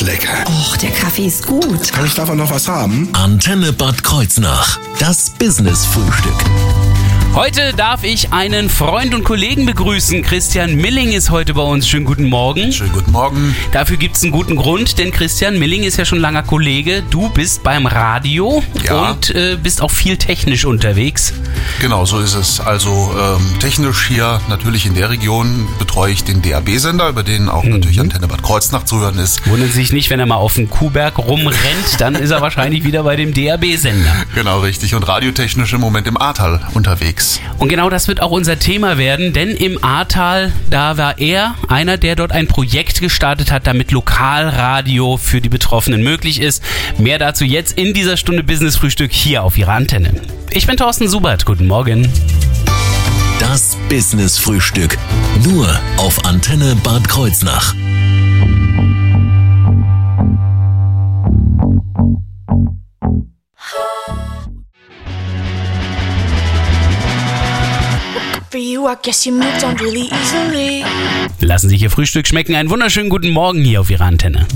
lecker. Och, der Kaffee ist gut. Kann ich davon noch was haben? Antenne Bad Kreuznach. Das Business-Frühstück. Heute darf ich einen Freund und Kollegen begrüßen. Christian Milling ist heute bei uns. Schönen guten Morgen. Schönen guten Morgen. Dafür gibt es einen guten Grund, denn Christian Milling ist ja schon langer Kollege. Du bist beim Radio und bist auch viel technisch unterwegs. Genau, so ist es. Also technisch hier natürlich in der Region betreue ich den DAB-Sender, über den auch natürlich Antenne Bad Kreuznach zu hören ist. Wundern Sie sich nicht, wenn er mal auf den Kuhberg rumrennt, dann ist er wahrscheinlich wieder bei dem DAB-Sender. Genau, richtig. Und radiotechnisch im Moment im Ahrtal unterwegs. Und genau das wird auch unser Thema werden, denn im Ahrtal, da war er einer, der dort ein Projekt gestartet hat, damit Lokalradio für die Betroffenen möglich ist. Mehr dazu jetzt in dieser Stunde Business Frühstück hier auf Ihrer Antenne. Ich bin Thorsten Subert, guten Morgen. Das Business Frühstück. Nur auf Antenne Bad Kreuznach. Lassen Sie sich Ihr Frühstück schmecken. Einen wunderschönen guten Morgen hier auf Ihrer Antenne.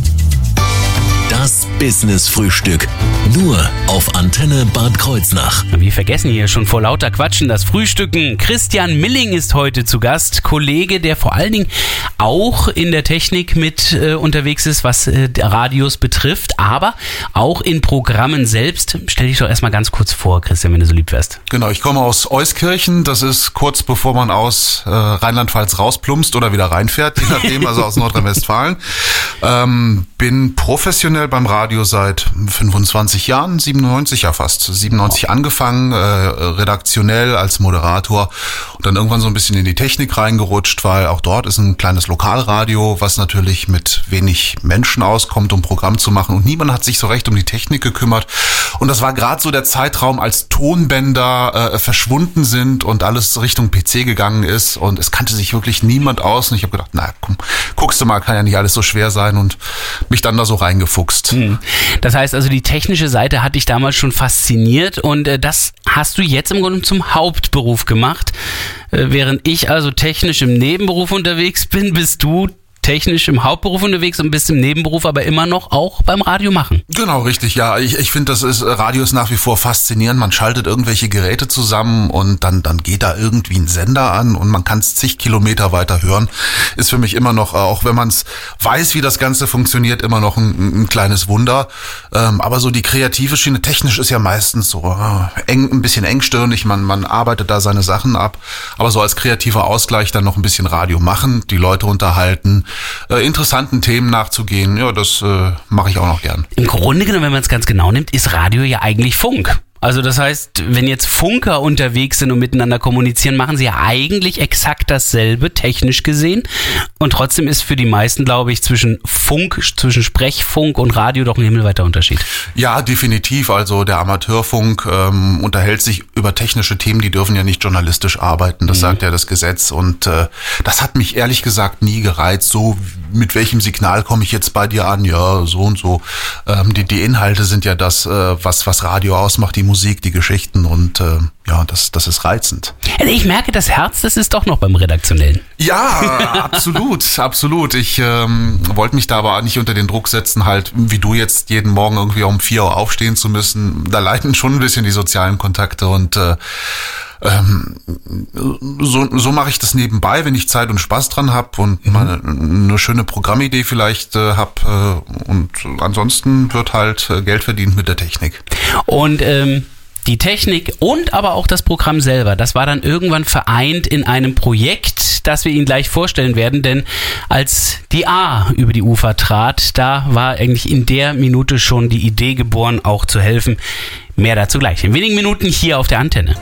Das Business Frühstück. Nur auf Antenne Bad Kreuznach. Wir vergessen hier schon vor lauter Quatschen das Frühstücken. Christian Milling ist heute zu Gast. Kollege, der vor allen Dingen auch in der Technik mit unterwegs ist, was Radios betrifft, aber auch in Programmen selbst. Stell dich doch erstmal ganz kurz vor, Christian, wenn du so lieb wärst. Genau, ich komme aus Euskirchen. Das ist kurz bevor man aus Rheinland-Pfalz rausplumpst oder wieder reinfährt, je nachdem, also aus Nordrhein-Westfalen. Bin professionell beim Radio seit 25 Jahren, 97 ja fast. 97 angefangen, redaktionell als Moderator und dann irgendwann so ein bisschen in die Technik reingerutscht, weil auch dort ist ein kleines Lokalradio, was natürlich mit wenig Menschen auskommt, um Programm zu machen, und niemand hat sich so recht um die Technik gekümmert. Und das war gerade so der Zeitraum, als Tonbänder verschwunden sind und alles Richtung PC gegangen ist, und es kannte sich wirklich niemand aus, und ich habe gedacht, na komm, guckst du mal, kann ja nicht alles so schwer sein, und mich dann da so reingefuchst. Das heißt also, die technische Seite hat dich damals schon fasziniert, und das hast du jetzt im Grunde zum Hauptberuf gemacht. Während ich also technisch im Nebenberuf unterwegs bin, bist du technisch im Hauptberuf unterwegs und bist im Nebenberuf aber immer noch auch beim Radio machen. Genau, richtig, ja. Ich finde, Radio ist nach wie vor faszinierend. Man schaltet irgendwelche Geräte zusammen und dann geht da irgendwie ein Sender an und man kann es zig Kilometer weiter hören. Ist für mich immer noch, auch wenn man es weiß, wie das Ganze funktioniert, immer noch ein kleines Wunder. Aber so die kreative Schiene, technisch ist ja meistens so ein bisschen engstirnig. Man arbeitet da seine Sachen ab. Aber so als kreativer Ausgleich dann noch ein bisschen Radio machen, die Leute unterhalten, interessanten Themen nachzugehen, ja, das mache ich auch noch gern. Im Grunde genommen, wenn man es ganz genau nimmt, ist Radio ja eigentlich Funk. Also das heißt, wenn jetzt Funker unterwegs sind und miteinander kommunizieren, machen sie ja eigentlich exakt dasselbe, technisch gesehen. Und trotzdem ist für die meisten, glaube ich, zwischen Sprechfunk und Radio doch ein himmelweiter Unterschied. Ja, definitiv. Also der Amateurfunk unterhält sich über technische Themen, die dürfen ja nicht journalistisch arbeiten. Das sagt ja das Gesetz. Und das hat mich ehrlich gesagt nie gereizt. So, mit welchem Signal komme ich jetzt bei dir an? Ja, so und so. Die Inhalte sind ja das, was Radio ausmacht, die Musik, die Geschichten, und das ist reizend. Ich merke, das Herz, das ist doch noch beim Redaktionellen. Ja, absolut. Ich wollte mich da aber nicht unter den Druck setzen, halt wie du jetzt jeden Morgen irgendwie um 4 Uhr aufstehen zu müssen. Da leiden schon ein bisschen die sozialen Kontakte, und so mache ich das nebenbei, wenn ich Zeit und Spaß dran habe und mal eine schöne Programmidee vielleicht habe, und ansonsten wird halt Geld verdient mit der Technik. Und die Technik und aber auch das Programm selber, das war dann irgendwann vereint in einem Projekt, das wir Ihnen gleich vorstellen werden, denn als die A über die Ufer trat, da war eigentlich in der Minute schon die Idee geboren, auch zu helfen. Mehr dazu gleich in wenigen Minuten hier auf der Antenne.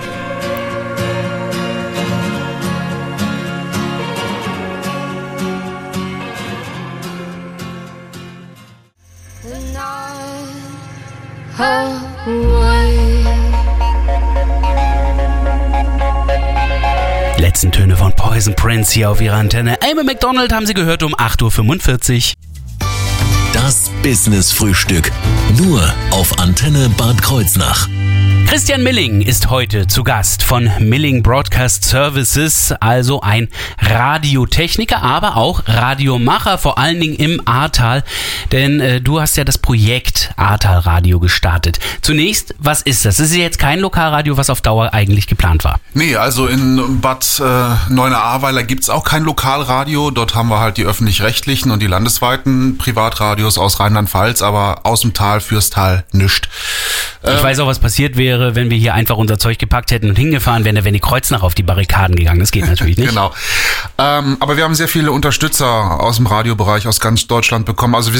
Letzten Töne von Poison Prince hier auf Ihrer Antenne. Amy McDonald haben Sie gehört um 8:45 Uhr. Das Business Frühstück. Nur auf Antenne Bad Kreuznach. Christian Milling ist heute zu Gast von Milling Broadcast Services, also ein Radiotechniker, aber auch Radiomacher, vor allen Dingen im Ahrtal, denn du hast ja das Projekt Ahrtal Radio gestartet. Zunächst, was ist das? Das ist jetzt kein Lokalradio, was auf Dauer eigentlich geplant war. Nee, also in Bad Neuenahr-Ahrweiler gibt's auch kein Lokalradio. Dort haben wir halt die öffentlich-rechtlichen und die landesweiten Privatradios aus Rheinland-Pfalz, aber aus dem Tal fürs Tal nischt. Ich weiß auch, was passiert wäre, wenn wir hier einfach unser Zeug gepackt hätten und hingefahren wären, dann wären die Kreuznach auf die Barrikaden gegangen. Das geht natürlich nicht. Genau. Aber wir haben sehr viele Unterstützer aus dem Radiobereich aus ganz Deutschland bekommen. Also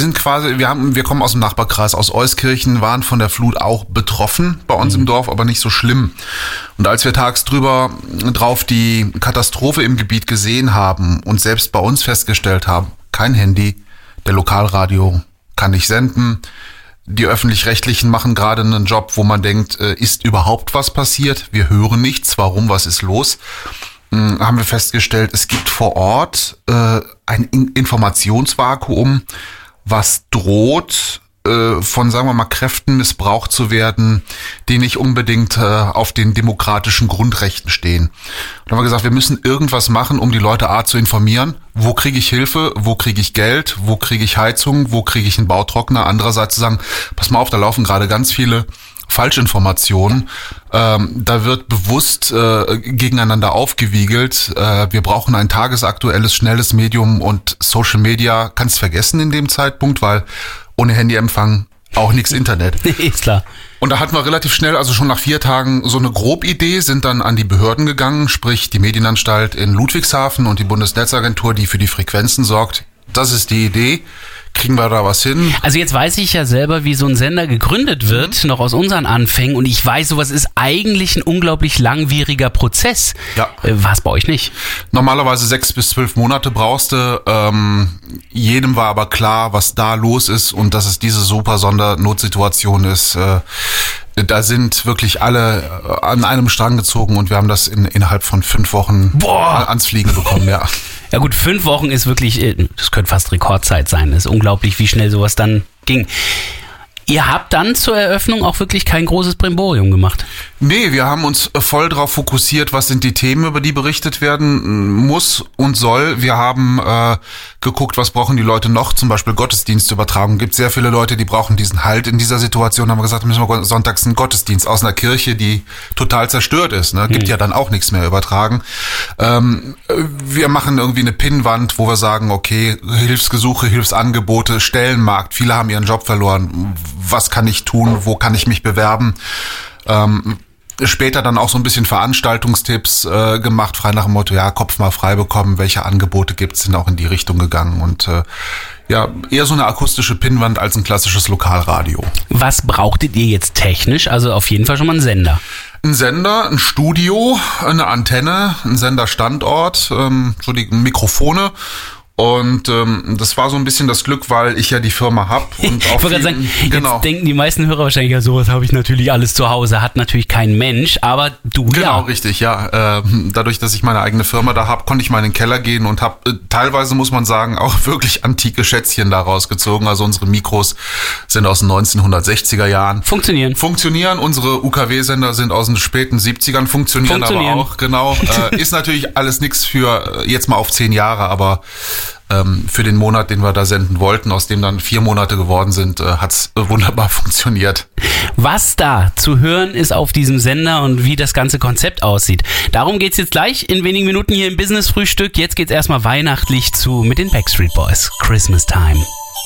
wir kommen aus dem Nachbarkreis, aus Euskirchen, waren von der Flut auch betroffen bei uns im Dorf, aber nicht so schlimm. Und als wir tags drauf die Katastrophe im Gebiet gesehen haben und selbst bei uns festgestellt haben, kein Handy, der Lokalradio kann nicht senden. Die Öffentlich-Rechtlichen machen gerade einen Job, wo man denkt, ist überhaupt was passiert? Wir hören nichts. Warum? Was ist los? Haben wir festgestellt, es gibt vor Ort ein Informationsvakuum, was droht, von, sagen wir mal, Kräften missbraucht zu werden, die nicht unbedingt auf den demokratischen Grundrechten stehen. Und dann haben wir gesagt, wir müssen irgendwas machen, um die Leute zu informieren. Wo kriege ich Hilfe? Wo kriege ich Geld? Wo kriege ich Heizung? Wo kriege ich einen Bautrockner? Andererseits zu sagen, pass mal auf, da laufen gerade ganz viele Falschinformationen. Da wird bewusst gegeneinander aufgewiegelt. Wir brauchen ein tagesaktuelles, schnelles Medium und Social Media kannst vergessen in dem Zeitpunkt, weil ohne Handyempfang auch nichts Internet. Ist klar. Und da hatten wir relativ schnell, also schon nach 4 Tagen, so eine Grobidee, sind dann an die Behörden gegangen, sprich die Medienanstalt in Ludwigshafen und die Bundesnetzagentur, die für die Frequenzen sorgt. Das ist die Idee. Kriegen wir da was hin? Also jetzt weiß ich ja selber, wie so ein Sender gegründet wird, noch aus unseren Anfängen. Und ich weiß, sowas ist eigentlich ein unglaublich langwieriger Prozess. Ja. War es bei euch nicht? Normalerweise 6 bis 12 Monate brauchst du. Jedem war aber klar, was da los ist und dass es diese super Sondernotsituation ist. Da sind wirklich alle an einem Strang gezogen und wir haben das innerhalb von 5 Wochen ans Fliegen bekommen, ja. Ja gut, 5 Wochen ist wirklich, das könnte fast Rekordzeit sein. Das ist unglaublich, wie schnell sowas dann ging. Ihr habt dann zur Eröffnung auch wirklich kein großes Brimborium gemacht? Nee, wir haben uns voll darauf fokussiert, was sind die Themen, über die berichtet werden muss und soll. Wir haben geguckt, was brauchen die Leute noch, zum Beispiel Gottesdienstübertragung. Gibt sehr viele Leute, die brauchen diesen Halt in dieser Situation. Haben wir gesagt, müssen wir sonntags einen Gottesdienst aus einer Kirche, die total zerstört ist. Ne? Gibt ja dann auch nichts mehr übertragen. Wir machen irgendwie eine Pinnwand, wo wir sagen, okay, Hilfsgesuche, Hilfsangebote, Stellenmarkt. Viele haben ihren Job verloren. Was kann ich tun? Wo kann ich mich bewerben? Später dann auch so ein bisschen Veranstaltungstipps gemacht, frei nach dem Motto, ja, Kopf mal frei bekommen, welche Angebote gibt's, sind auch in die Richtung gegangen und eher so eine akustische Pinnwand als ein klassisches Lokalradio. Was brauchtet ihr jetzt technisch? Also auf jeden Fall schon mal einen Sender. Ein Sender, ein Studio, eine Antenne, ein Senderstandort, so die Mikrofone. Und das war so ein bisschen das Glück, weil ich ja die Firma habe. Ich wollte gerade sagen, jetzt denken die meisten Hörer wahrscheinlich, ja, sowas habe ich natürlich alles zu Hause, hat natürlich kein Mensch, aber du ja. Genau, richtig, ja. Dadurch, dass ich meine eigene Firma da habe, konnte ich mal in den Keller gehen und habe teilweise, muss man sagen, auch wirklich antike Schätzchen da rausgezogen. Also unsere Mikros sind aus den 1960er Jahren. Funktionieren. Unsere UKW-Sender sind aus den späten 70ern, funktionieren aber auch. Genau. Ist natürlich alles nichts für jetzt mal auf 10 Jahre, aber für den Monat, den wir da senden wollten, aus dem dann 4 Monate geworden sind, hat's wunderbar funktioniert. Was da zu hören ist auf diesem Sender und wie das ganze Konzept aussieht. Darum geht's jetzt gleich in wenigen Minuten hier im Business-Frühstück. Jetzt geht's erstmal weihnachtlich zu mit den Backstreet Boys. Christmas Time.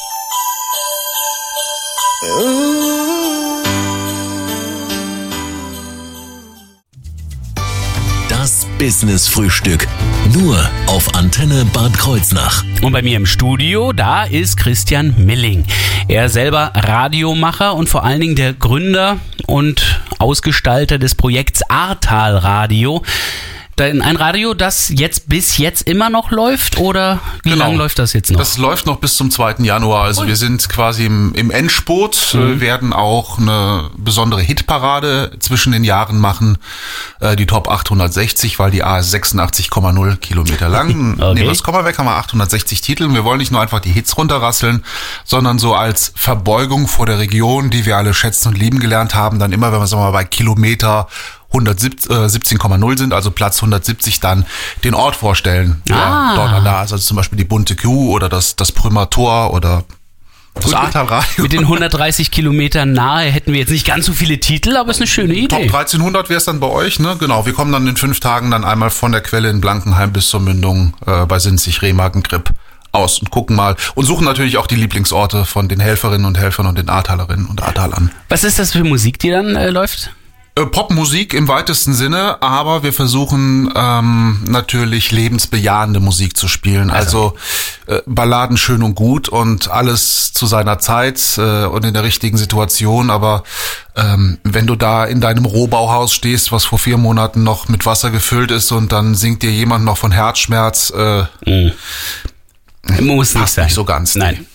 Das Business-Frühstück. Nur auf Antenne Bad Kreuznach. Und bei mir im Studio, da ist Christian Milling. Er selber Radiomacher und vor allen Dingen der Gründer und Ausgestalter des Projekts Ahrtal Radio. Ein Radio, das bis jetzt immer noch läuft, oder wie lange läuft das jetzt noch? Das läuft noch bis zum 2. Januar. Also wir sind quasi im Endspurt, werden auch eine besondere Hitparade zwischen den Jahren machen. Die Top 860, weil die A ist 86,0 Kilometer lang. Okay. Nehmen wir das Komma weg, haben wir 860 Titel. Wir wollen nicht nur einfach die Hits runterrasseln, sondern so als Verbeugung vor der Region, die wir alle schätzen und lieben gelernt haben, dann immer, wenn wir, sagen wir mal, bei Kilometer 117,0 sind, also Platz 170, dann den Ort vorstellen, der dort an da ist. Also zum Beispiel die Bunte Kuh oder das Prümer Tor oder das Ahrtal-Radio. Mit den 130 Kilometern nahe hätten wir jetzt nicht ganz so viele Titel, aber ist eine schöne Idee. Top 1300 wäre es dann bei euch, ne? Genau, wir kommen dann in 5 Tagen dann einmal von der Quelle in Blankenheim bis zur Mündung bei Sinzig, Remagen, Kripp aus und gucken mal und suchen natürlich auch die Lieblingsorte von den Helferinnen und Helfern und den Ahrtalerinnen und Ahrtalern. Was ist das für Musik, die dann läuft? Popmusik im weitesten Sinne, aber wir versuchen natürlich lebensbejahende Musik zu spielen. Also Balladen schön und gut und alles zu seiner Zeit und in der richtigen Situation. Aber wenn du da in deinem Rohbauhaus stehst, was vor 4 Monaten noch mit Wasser gefüllt ist und dann singt dir jemand noch von Herzschmerz, muss nicht sein. Nicht so ganz. Nein.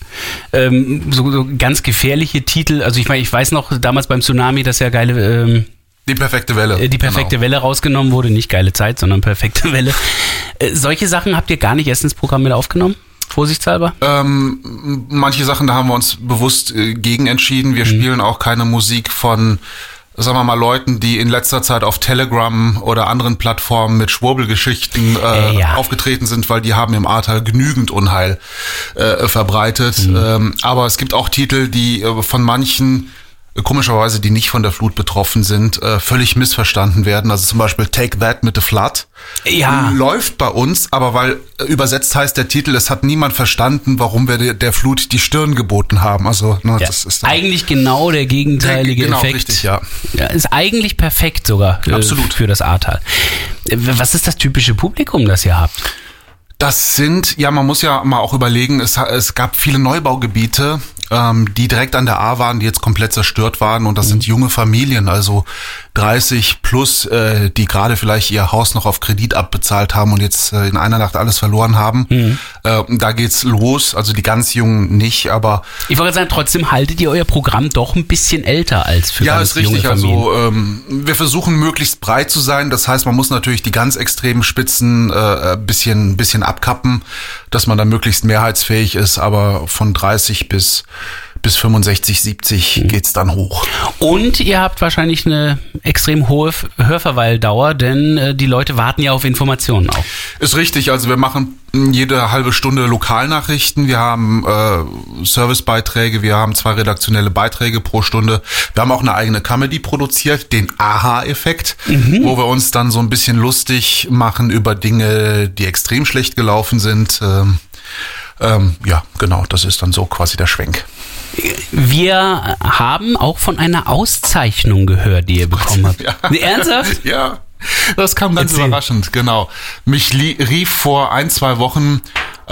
So ganz gefährliche Titel. Also ich weiß noch damals beim Tsunami, dass ja geile die perfekte Welle. Die perfekte Welle rausgenommen wurde. Nicht geile Zeit, sondern perfekte Welle. Solche Sachen habt ihr gar nicht erst ins Programm mit aufgenommen? Vorsichtshalber? Manche Sachen, da haben wir uns bewusst gegen entschieden. Wir spielen auch keine Musik von, sagen wir mal, Leuten, die in letzter Zeit auf Telegram oder anderen Plattformen mit Schwurbelgeschichten aufgetreten sind, weil die haben im Ahrtal genügend Unheil verbreitet. Aber es gibt auch Titel, die von manchen, komischerweise, die nicht von der Flut betroffen sind, völlig missverstanden werden. Also zum Beispiel Take That mit The Flood. Ja. Läuft bei uns, aber weil übersetzt heißt der Titel, es hat niemand verstanden, warum wir der Flut die Stirn geboten haben. Also das ist eigentlich genau der gegenteilige genau, Effekt. Richtig, ja. Ist eigentlich perfekt sogar Absolut. Für das Ahrtal. Was ist das typische Publikum, das ihr habt? Das sind, man muss ja mal auch überlegen, es gab viele Neubaugebiete, die direkt an der Ahr waren, die jetzt komplett zerstört waren, und das sind junge Familien, also 30 plus, die gerade vielleicht ihr Haus noch auf Kredit abbezahlt haben und jetzt in einer Nacht alles verloren haben. Da geht's los, also die ganz Jungen nicht, aber... Ich wollte sagen, trotzdem haltet ihr euer Programm doch ein bisschen älter als für ganz junge Familien. Ja, ist richtig, also wir versuchen möglichst breit zu sein, das heißt, man muss natürlich die ganz extremen Spitzen bisschen abkappen, dass man da möglichst mehrheitsfähig ist, aber von 30 bis 65, 70 geht's dann hoch. Und ihr habt wahrscheinlich eine extrem hohe Hörverweildauer, denn die Leute warten ja auf Informationen auch. Ist richtig, also wir machen jede halbe Stunde Lokalnachrichten, wir haben Servicebeiträge, wir haben 2 redaktionelle Beiträge pro Stunde, wir haben auch eine eigene Comedy produziert, den Aha-Effekt, wo wir uns dann so ein bisschen lustig machen über Dinge, die extrem schlecht gelaufen sind. Ja, genau, das ist dann so quasi der Schwenk. Wir haben auch von einer Auszeichnung gehört, die ihr bekommen habt. Ja. Ernsthaft? Ja, das kam ganz überraschend, genau. Mich rief vor 1-2 Wochen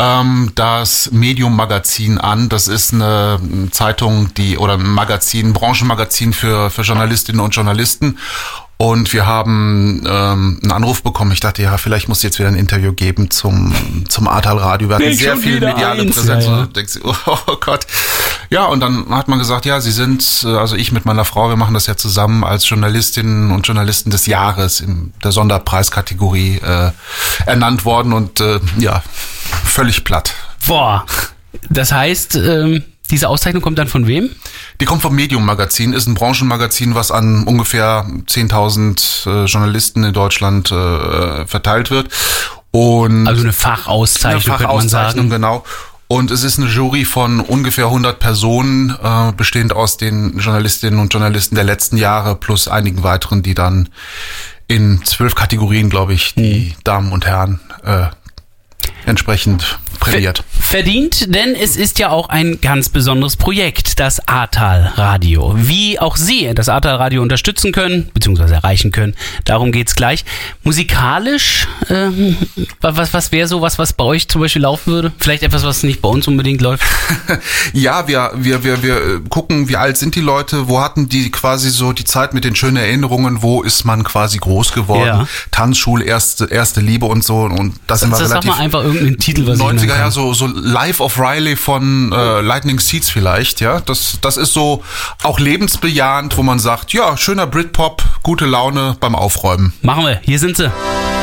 das Medium-Magazin an. Das ist eine Zeitung, oder ein Magazin, Branchenmagazin für Journalistinnen und Journalisten. Und wir haben einen Anruf bekommen. Ich dachte, ja, vielleicht muss es jetzt wieder ein Interview geben zum Ahrtal-Radio. Wir hatten sehr viel mediale Präsenz. Ja. Und denkst, oh Gott. Ja, und dann hat man gesagt, ja, Sie sind, also ich mit meiner Frau, wir machen das ja zusammen als Journalistinnen und Journalisten des Jahres in der Sonderpreiskategorie ernannt worden. Und ja, völlig platt. Boah, das heißt... Diese Auszeichnung kommt dann von wem? Die kommt vom Medium-Magazin, ist ein Branchenmagazin, was an ungefähr 10.000 Journalisten in Deutschland verteilt wird. Und also eine Fachauszeichnung, könnte man sagen. Genau. Und es ist eine Jury von ungefähr 100 Personen, bestehend aus den Journalistinnen und Journalisten der letzten Jahre plus einigen weiteren, die dann in 12 Kategorien, glaube ich, die Damen und Herren entsprechend prämiert. Verdient, denn es ist ja auch ein ganz besonderes Projekt, das Ahrtal Radio. Wie auch Sie das Ahrtal Radio unterstützen können, beziehungsweise erreichen können, darum geht's gleich. Musikalisch, was wäre so was bei euch zum Beispiel laufen würde? Vielleicht etwas, was nicht bei uns unbedingt läuft? Ja, wir gucken, wie alt sind die Leute, wo hatten die quasi so die Zeit mit den schönen Erinnerungen, wo ist man quasi groß geworden, Ja. Tanzschule, erste Liebe und so, und das sind wir Sag relativ... mal einfach irgendeinen Titel, was 90er ich Jahre, so Life of Riley von Lightning Seeds vielleicht, ja. Das ist so auch lebensbejahend, wo man sagt, ja, schöner Britpop, gute Laune beim Aufräumen. Machen wir, hier sind sie.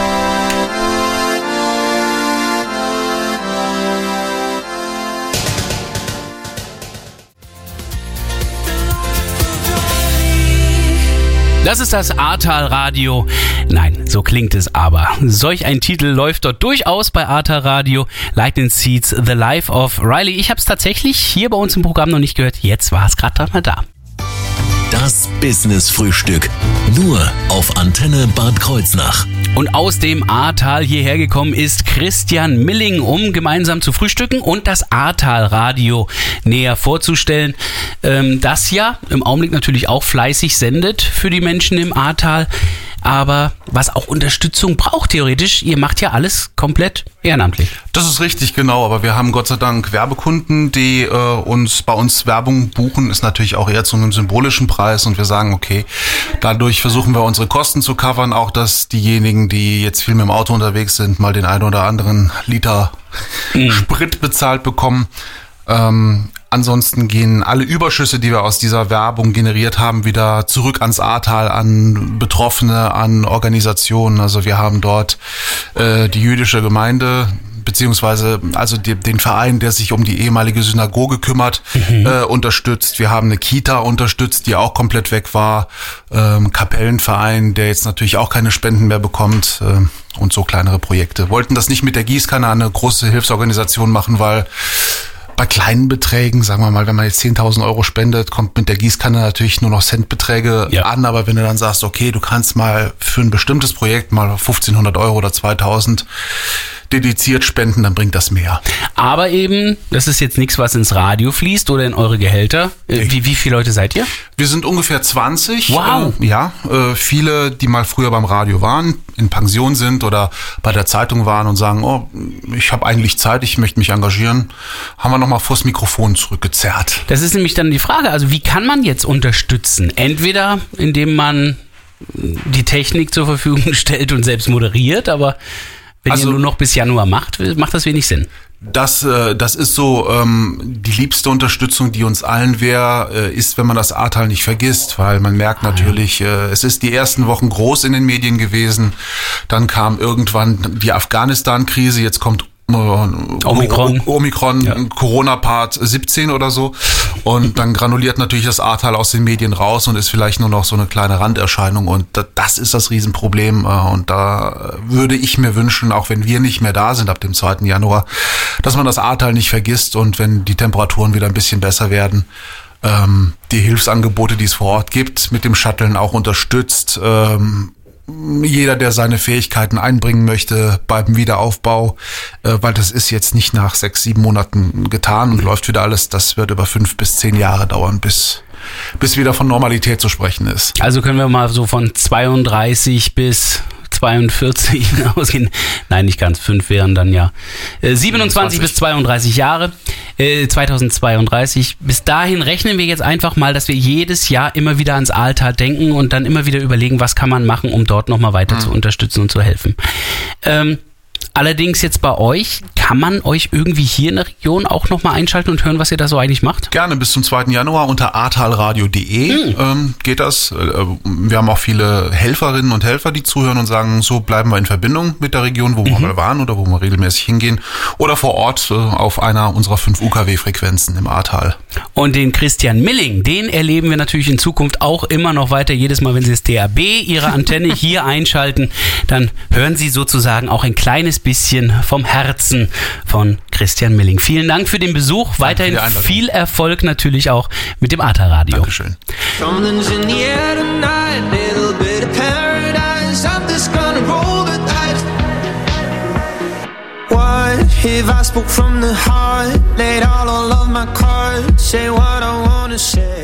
Das ist das Ahrtal Radio. Nein, so klingt es aber. Solch ein Titel läuft dort durchaus bei Ahrtal Radio. Lightning Seeds, The Life of Riley. Ich habe es tatsächlich hier bei uns im Programm noch nicht gehört. Jetzt war es gerade mal da. Das Business-Frühstück. Nur auf Antenne Bad Kreuznach. Und aus dem Ahrtal hierher gekommen ist Christian Milling, um gemeinsam zu frühstücken und das Ahrtal Radio näher vorzustellen, das ja im Augenblick natürlich auch fleißig sendet für die Menschen im Ahrtal, aber was auch Unterstützung braucht theoretisch. Ihr macht ja alles komplett ehrenamtlich. Das ist richtig, genau, aber wir haben Gott sei Dank Werbekunden, die bei uns Werbung buchen, ist natürlich auch eher zu einem symbolischen Preis, und wir sagen, okay, dadurch versuchen wir unsere Kosten zu covern, auch dass diejenigen, die jetzt viel mit dem Auto unterwegs sind, mal den einen oder anderen Liter Sprit bezahlt bekommen. Ansonsten gehen alle Überschüsse, die wir aus dieser Werbung generiert haben, wieder zurück ans Ahrtal, an Betroffene, an Organisationen. Also wir haben dort die jüdische Gemeinde, beziehungsweise also den Verein, der sich um die ehemalige Synagoge kümmert, unterstützt. Wir haben eine Kita unterstützt, die auch komplett weg war. Kapellenverein, der jetzt natürlich auch keine Spenden mehr bekommt, und so kleinere Projekte. Wollten das nicht mit der Gießkanne eine große Hilfsorganisation machen, weil bei kleinen Beträgen, sagen wir mal, wenn man jetzt 10.000 Euro spendet, kommt mit der Gießkanne natürlich nur noch Centbeträge an. Aber wenn du dann sagst, okay, du kannst mal für ein bestimmtes Projekt mal 1.500 Euro oder 2.000 dediziert spenden, dann bringt das mehr. Aber eben, das ist jetzt nichts, was ins Radio fließt oder in eure Gehälter. Wie viele Leute seid ihr? Wir sind ungefähr 20. Wow. Viele, die mal früher beim Radio waren, in Pension sind oder bei der Zeitung waren und sagen, oh, ich habe eigentlich Zeit, ich möchte mich engagieren, haben wir nochmal vors Mikrofon zurückgezerrt. Das ist nämlich dann die Frage, also wie kann man jetzt unterstützen? Entweder indem man die Technik zur Verfügung stellt und selbst moderiert, aber wenn ihr nur noch bis Januar macht das wenig Sinn. Das ist so die liebste Unterstützung, die uns allen wäre, ist, wenn man das Ahrtal nicht vergisst, weil man merkt natürlich, es ist die ersten Wochen groß in den Medien gewesen, dann kam irgendwann die Afghanistan-Krise, jetzt kommt Omikron, ja. Corona-Part 17 oder so, und dann granuliert natürlich das Ahrtal aus den Medien raus und ist vielleicht nur noch so eine kleine Randerscheinung, und das ist das Riesenproblem, und da würde ich mir wünschen, auch wenn wir nicht mehr da sind ab dem 2. Januar, dass man das Ahrtal nicht vergisst, und wenn die Temperaturen wieder ein bisschen besser werden, die Hilfsangebote, die es vor Ort gibt, mit dem Shuttlen auch unterstützt, jeder, der seine Fähigkeiten einbringen möchte beim Wiederaufbau, weil das ist jetzt nicht nach 6-7 Monaten getan und läuft wieder alles, das wird über 5 bis 10 Jahre dauern, bis wieder von Normalität zu sprechen ist. Also können wir mal so von 32 bis 42 ausgehen. Nein, nicht ganz. 5 wären dann ja 27 bis 32 Jahre. 2032. Bis dahin rechnen wir jetzt einfach mal, dass wir jedes Jahr immer wieder ans Ahrtal denken und dann immer wieder überlegen, was kann man machen, um dort nochmal weiter zu unterstützen und zu helfen. Allerdings jetzt bei euch, kann man euch irgendwie hier in der Region auch nochmal einschalten und hören, was ihr da so eigentlich macht? Gerne, bis zum 2. Januar unter ahrtalradio.de geht das. Wir haben auch viele Helferinnen und Helfer, die zuhören und sagen, so bleiben wir in Verbindung mit der Region, wo wir mal waren oder wo wir regelmäßig hingehen, oder vor Ort auf einer unserer 5 UKW-Frequenzen im Ahrtal. Und den Christian Milling, den erleben wir natürlich in Zukunft auch immer noch weiter. Jedes Mal, wenn Sie das DAB, Ihre Antenne hier einschalten, dann hören Sie sozusagen auch ein kleines bisschen vom Herzen von Christian Milling. Vielen Dank für den Besuch. Weiterhin viel Erfolg natürlich auch mit dem Ahrtal Radio. Dankeschön. Something's in the air tonight, little bit of paradise. I'm just gonna roll the dice. One If I spoke from the heart, laid all of my cards, say what I wanna say.